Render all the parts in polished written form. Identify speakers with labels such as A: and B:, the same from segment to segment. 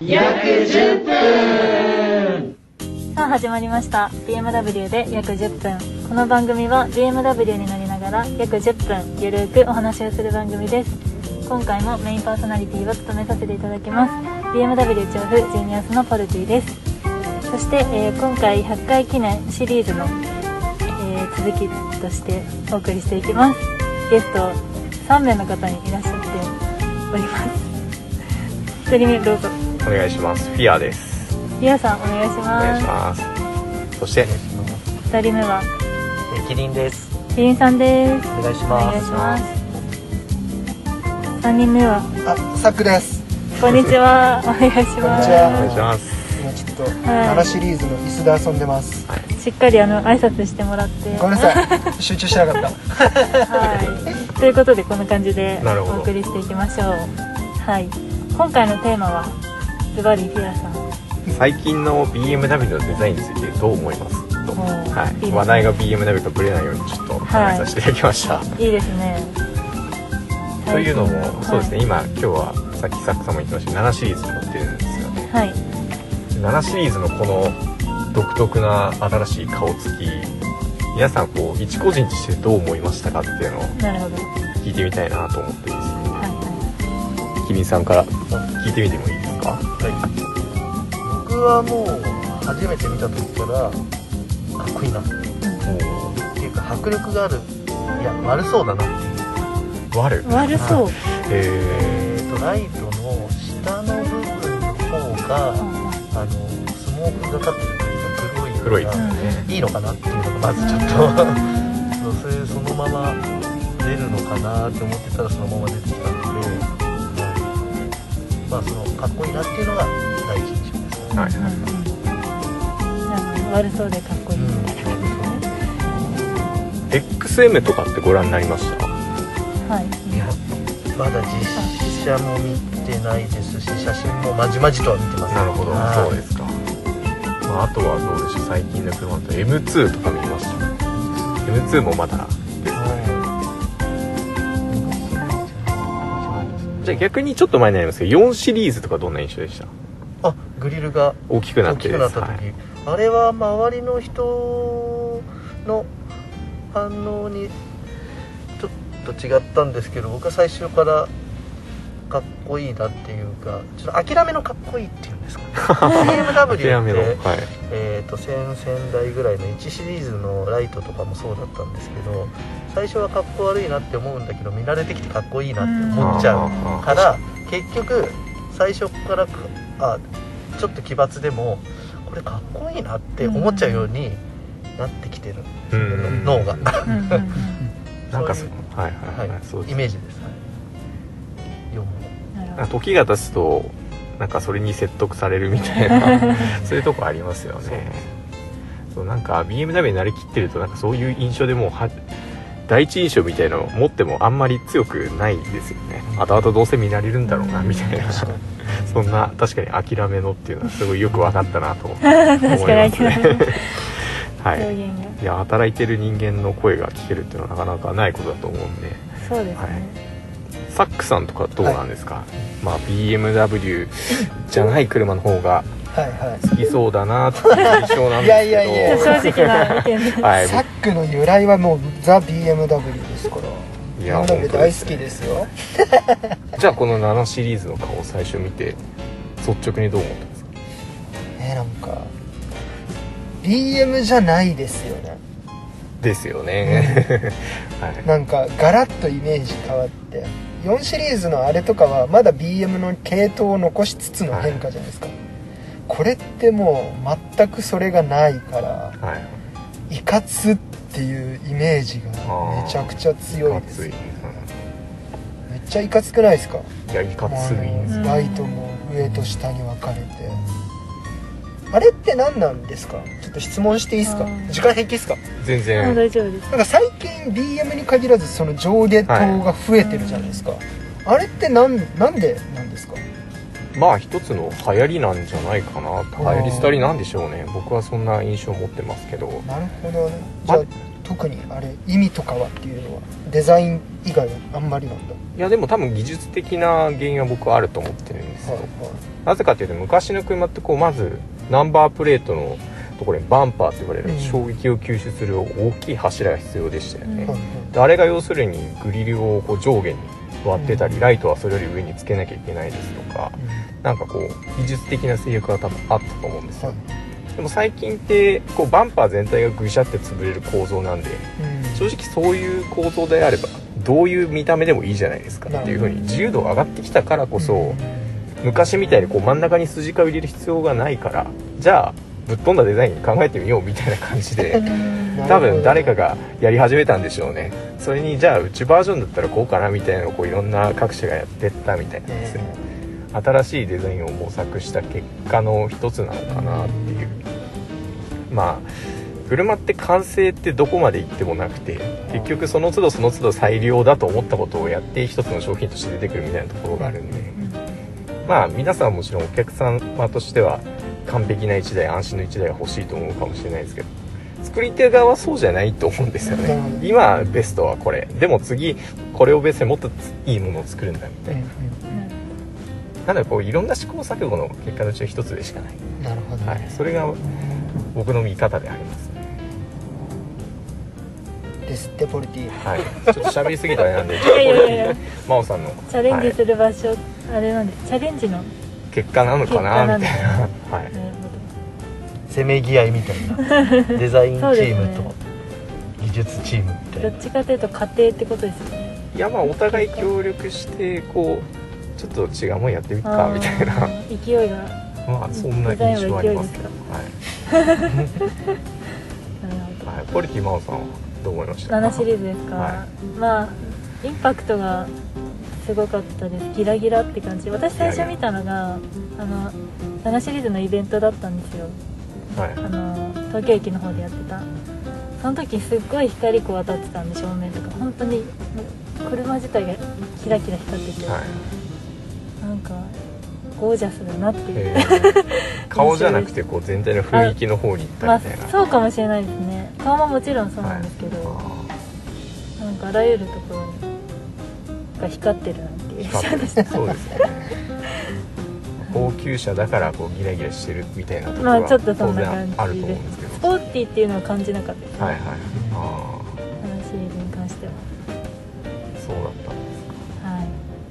A: 約10分。
B: さあ始まりました BMW で約10分。この番組は BMW に乗りながら約10分ゆるくお話をする番組です。今回もメインパーソナリティを務めさせていただきます BMW 調布ジーニアスのポルティです。そして、今回100回記念シリーズの、続きとしてお送りしていきます。ゲスト3名の方にいらっしゃっております。1人目どうぞ。
C: お願いします。フィアです。
B: フィアさんお願いします。
C: お願いします。そして
B: 2人目は
D: キリンです。
B: キリンさんです。
D: お願いし
B: お
D: ます。
B: 願いします。3人目は
E: サックです。
B: こんにちは。お願いします。
E: こんにちは
C: お願いします。
E: 今ちょっと7シリーズの椅子で遊んでます。
B: しっかり挨拶してもらって
E: ごめんなさい。集中してなかった。
B: はい。ということでこんな感じで
C: なるほど
B: お送りしていきましょう。はい。今回のテーマはズバリフィアさん。
C: 最近の BMW のデザインについてどう思いますと、はい
B: いいですね
C: 話題が BMW とぶれないようにちょっと考えさせていただきました。
B: いいですね。
C: というのも、
B: はい
C: そうですね、今日はさっきサックさんも言ってました7シリーズに載ってるんですよね。
B: はい。
C: 7シリーズのこの独特な新しい顔つき、皆さんこう一個人としてどう思いましたかっていうのを
B: なるほど。
C: 聞いてみたいなと思ってですね。
B: は
C: キリンさんから聞いてみてもいいですか？
D: 僕はもう初めて見た時からかっこいいなっていうか迫力がある。いや悪そうだなっていう。
C: 悪
B: い。悪そう。
D: ライトの下の部分の方がスモークがかってるというか黒いのがいいのかなっていうのがまずちょっとそのまま出るのかなって思ってたらそのまま出てきたので、まあそのかっこいいなっていうのが第一印象ですね。
C: はい
B: 悪そうでかっこいい。
C: XM とかってご覧になりました？
B: はい。
D: いやまだ実写も見てないですし写真もまじまじとは見てます。
C: なるほど、
D: はい
C: そうですか。まあ、あとはどうでしょう、最近の車だと M2 とか見ました。M2 もまだじゃあ逆にちょっと前になりますけど4シリーズとかどんな印象でした？
D: あ、グリルが
C: 大きくなって
D: 大きくなった時、
C: はい、
D: あれは周りの人の反応にちょっと違ったんですけど、僕は最初からかっこいいなっていうか、ちょっと諦めのかっこいいっていうんですかね。BMW って
C: 諦めの、はい、
D: 先々代ぐらいの1シリーズのライトとかもそうだったんですけど、最初はかっこ悪いなって思うんだけど見慣れてきてかっこいいなって思っちゃうから、結局最初からちょっと奇抜でもこれかっこいいなって思っちゃうようになってきてる、脳が
C: なんか
D: そういう、
C: はいはいはい、そうです
D: イメージです。
C: 時が経つとなんかそれに説得されるみたいなそういうとこありますよね。そうなんか BMW になりきってるとなんかそういう印象でもう第一印象みたいなのを持ってもあんまり強くないですよね。後々どうせ見慣れるんだろうなみたいなそんな確かに諦めのっていうのはすごいよく分かったなと思いますね。はい、いや働いてる人間の声が聞けるっていうのはなかなかないことだと思うんで。
B: そうですね、
C: はい、サックさんとかどうなんですか？はい、まあ BMW じゃない車の方が好きそうだなっていう印象なんですけど
E: いや
B: 正直な意見で、
E: はい、サックの由来はもうザ BMW ですから。
C: いや
E: BMW 大好きですよ。
C: じゃあこの7シリーズの顔を最初見て率直にどう思ったんですか？
E: なんか BM じゃないですよね。
C: ですよね、はい、
E: なんかガラッとイメージ変わって4シリーズのあれとかはまだ BM の系統を残しつつの変化じゃないですか、はい、これってもう全くそれがないから、はい、いかつっていうイメージがめちゃくちゃ強いです。めっちゃいかつくないですか？
C: いやいかついです。
E: ライトも上と下に分かれて、あれって何なんですか？ちょっと質問していいですか？時間平気ですか？
C: 全然
B: 大丈夫です。
E: なんか最近 BM に限らずその上下灯が増えてるじゃないですか、はい、あれってなんでなんですか？
C: まあ一つの流行りなんじゃないかな。流行り廃りなんでしょうね。僕はそんな印象を持ってますけど。
E: なるほどね。じゃあ特にあれ意味とかはっていうのはデザイン以外はあんまりなんだ。
C: いやでも多分技術的な原因は僕はあると思ってるんですよ、はいはい、 なぜかというと昔の車ってこうまずナンバープレートのところにバンパーと呼ばれる衝撃を吸収する大きい柱が必要でしたよね、であれが要するにグリルをこう上下に割ってたり、ライトはそれより上につけなきゃいけないですとか、なんかこう技術的な制約が多分あったと思うんですよ、でも最近ってこうバンパー全体がぐしゃって潰れる構造なんで、正直そういう構造であればどういう見た目でもいいじゃないですかっていう風に自由度が上がってきたからこそ、昔みたいにこう真ん中に筋交いを入れる必要がないから、じゃあぶっ飛んだデザイン考えてみようみたいな感じで多分誰かがやり始めたんでしょうね。それにじゃあうちバージョンだったらこうかなみたいなのをこういろんな各社がやってったみたいなんですね。新しいデザインを模索した結果の一つなのかなっていう。まあ車って完成ってどこまで行ってもなくて、結局その都度その都度最良だと思ったことをやって一つの商品として出てくるみたいなところがあるんで、まあ皆さんはもちろんお客様としては完璧な1台安心の1台が欲しいと思うかもしれないですけど、作り手側はそうじゃないと思うんですよね。今ベストはこれでも次これをベースにもっといいものを作るんだみたいな、なのでこういろんな試行錯誤の結果のうちの一つでしかない。
E: なるほど、
C: はい、それが僕の見方でありますね。
E: ですってポルティ、
C: はい、ちょっと喋りすぎたあれなんで、ちょっとポルティ真央さんの
B: チャレンジする場所、あれなんですチャレンジの
C: 結果なのかなみたいな、はい、
D: せめぎ合いみたいなデザインチームと技術チームみたいな、
B: どっちかというと家庭ってことですよね。
C: いやまあお互い協力してこうちょっと違うもんやってみっかみたいな
B: 勢いが
C: まあそんな印象ありますけど、はい、
B: なるほど、
C: はい、ポルティ真央さんはどう思いましたか。
B: 7シリーズですか、
C: は
B: まあインパクトがすごかったです。ギラギラって感じ。私最初見たのが7シリーズのイベントだったんですよ、
C: はい、
B: 東京駅の方でやってた。その時すっごい光こう当たってたんで、正面とか本当に車自体がキラキラ光ってて、
C: はい、
B: なんかゴージャスだなっていう、
C: 顔じゃなくてこう全体の雰囲気の方に行ったみたいな、
B: まあ、そうかもしれないですね。顔ももちろんそうなんですけど、なんかあらゆるところが光ってるなっていう印象でした。
C: そうですね高級車だからこうギラギラしてるみたいなところ
B: まあちょっと
C: は当
B: そんな感じ
C: 然あると思うんですけど、
B: スポーティーっていうのは感じなかったですね、
C: はいはい、あ
B: 7シリーズに関しては。
C: あそうだったんですか。
B: はい、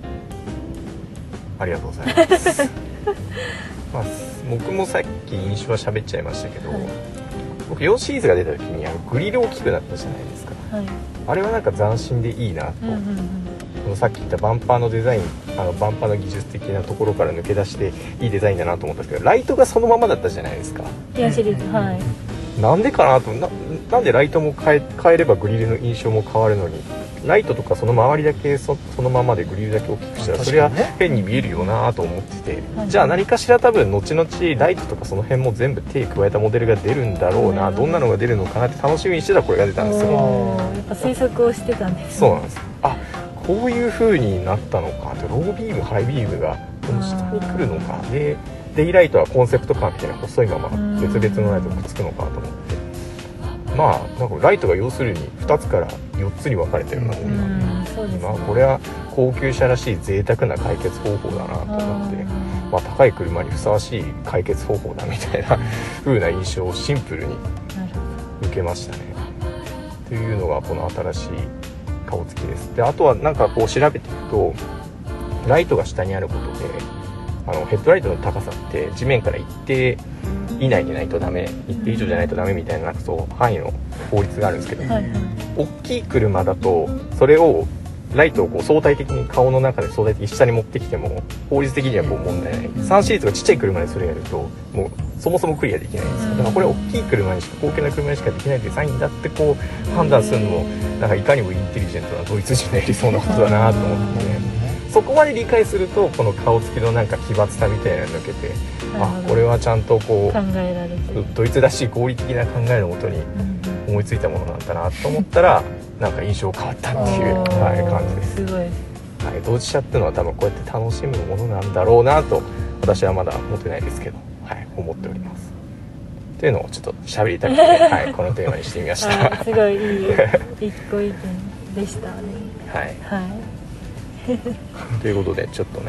C: ありがとうございますまあ僕もさっき印象は喋っちゃいましたけど、
B: はい、
C: 僕4シリーズが出た時にグリル大きくなったじゃないですか、
B: はい、
C: あれはなんか斬新でいいなと、さっき言ったバンパーのデザインバンパーの技術的なところから抜け出していいデザインだなと思ったんですけど、ライトがそのままだったじゃないですか。
B: 4シリーズ、はい、
C: なんでかなと、なんでライトも変えればグリルの印象も変わるのに、ライトとかその周りだけ そのままでグリルだけ大きくしたらそれは変に見えるよなと思ってて、じゃあ何かしら多分後々ライトとかその辺も全部手加えたモデルが出るんだろうな、どんなのが出るのかなって楽しみにしてたらこれが出たんですよ。
B: やっぱ推測をしてたんです、ね、
C: そうなんです。あ、こういう風になったのかと、ロービームハイビームがこの下に来るのかで、デイライトはコンセプトカーみたいな細いまま別々のライトがくっつくのかと思って、まあなんかライトが要するに2つから4つに分かれてるようなもんなんで、
B: そうですね、
C: まあこれは高級車らしい贅沢な解決方法だなと思って、まあ高い車にふさわしい解決方法だみたいな風な印象をシンプルに受けましたね。というのがこの新しい顔つきです。であとはなんかこう調べていくと、ライトが下にあることでヘッドライトの高さって地面から一定以内でないとダメ、一定以上じゃないとダメみたいな、なんかそう範囲の法律があるんですけど、はいはい、大きい車だとそれをライトをこう相対的に顔の中で相対的に下に持ってきても法律的にはこう問題ない。3シリーズがちっちゃい車でそれやるともうそもそもクリアできないんですよ。だからこれ大きい車にしか、高級な車にしかできないデザインだってこう判断するのもなんかいかにもインテリジェントなドイツ人のやりそうなことだなと思って、ね、そこまで理解するとこの顔つきのなんか奇抜さみたいなの抜けて、あ、これはちゃんとこう
B: 考えられて
C: ドイツらしい合理的な考えのもとに思いついたものなんだなと思ったらなんか印象変わったっていう、はい、感じです。
B: すごい、はい、
C: 同時車っていうのは多分こうやって楽しむものなんだろうなと私はまだ持ってないですけど、はい、思っております。というのをちょっと喋りたくて、はい、このテーマにしてみました
B: すごいいい一個意見でしたね。
C: はい、
B: はい
C: ということでちょっとね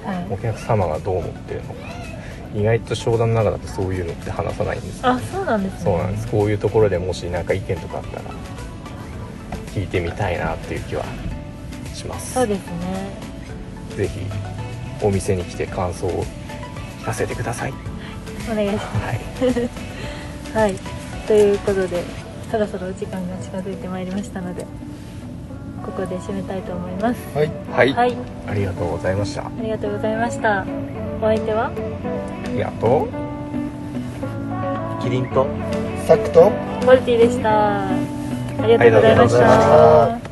C: お客様がどう思ってるのか、意外と商談の中だとそういうのって話さないんですよ。
B: あ、そうなんですね。
C: そうなんです。こういうところでもしなんか意見とかあったら聞いてみたいなっていう気はします。
B: そうですね。
C: ぜひお店に来て感想を聞かせてください。
B: お願いします。
C: はい。
B: はい、ということでそろそろお時間が近づいてまいりましたので、ここで締めたいと思います。
E: はい、
C: はい、
B: はい、
C: ありがとうございました。
B: ありがとうございました。お相手は
D: キリンと
E: サクと
B: モルティでした。ありがとうございまし
C: ありがとうございました
B: た。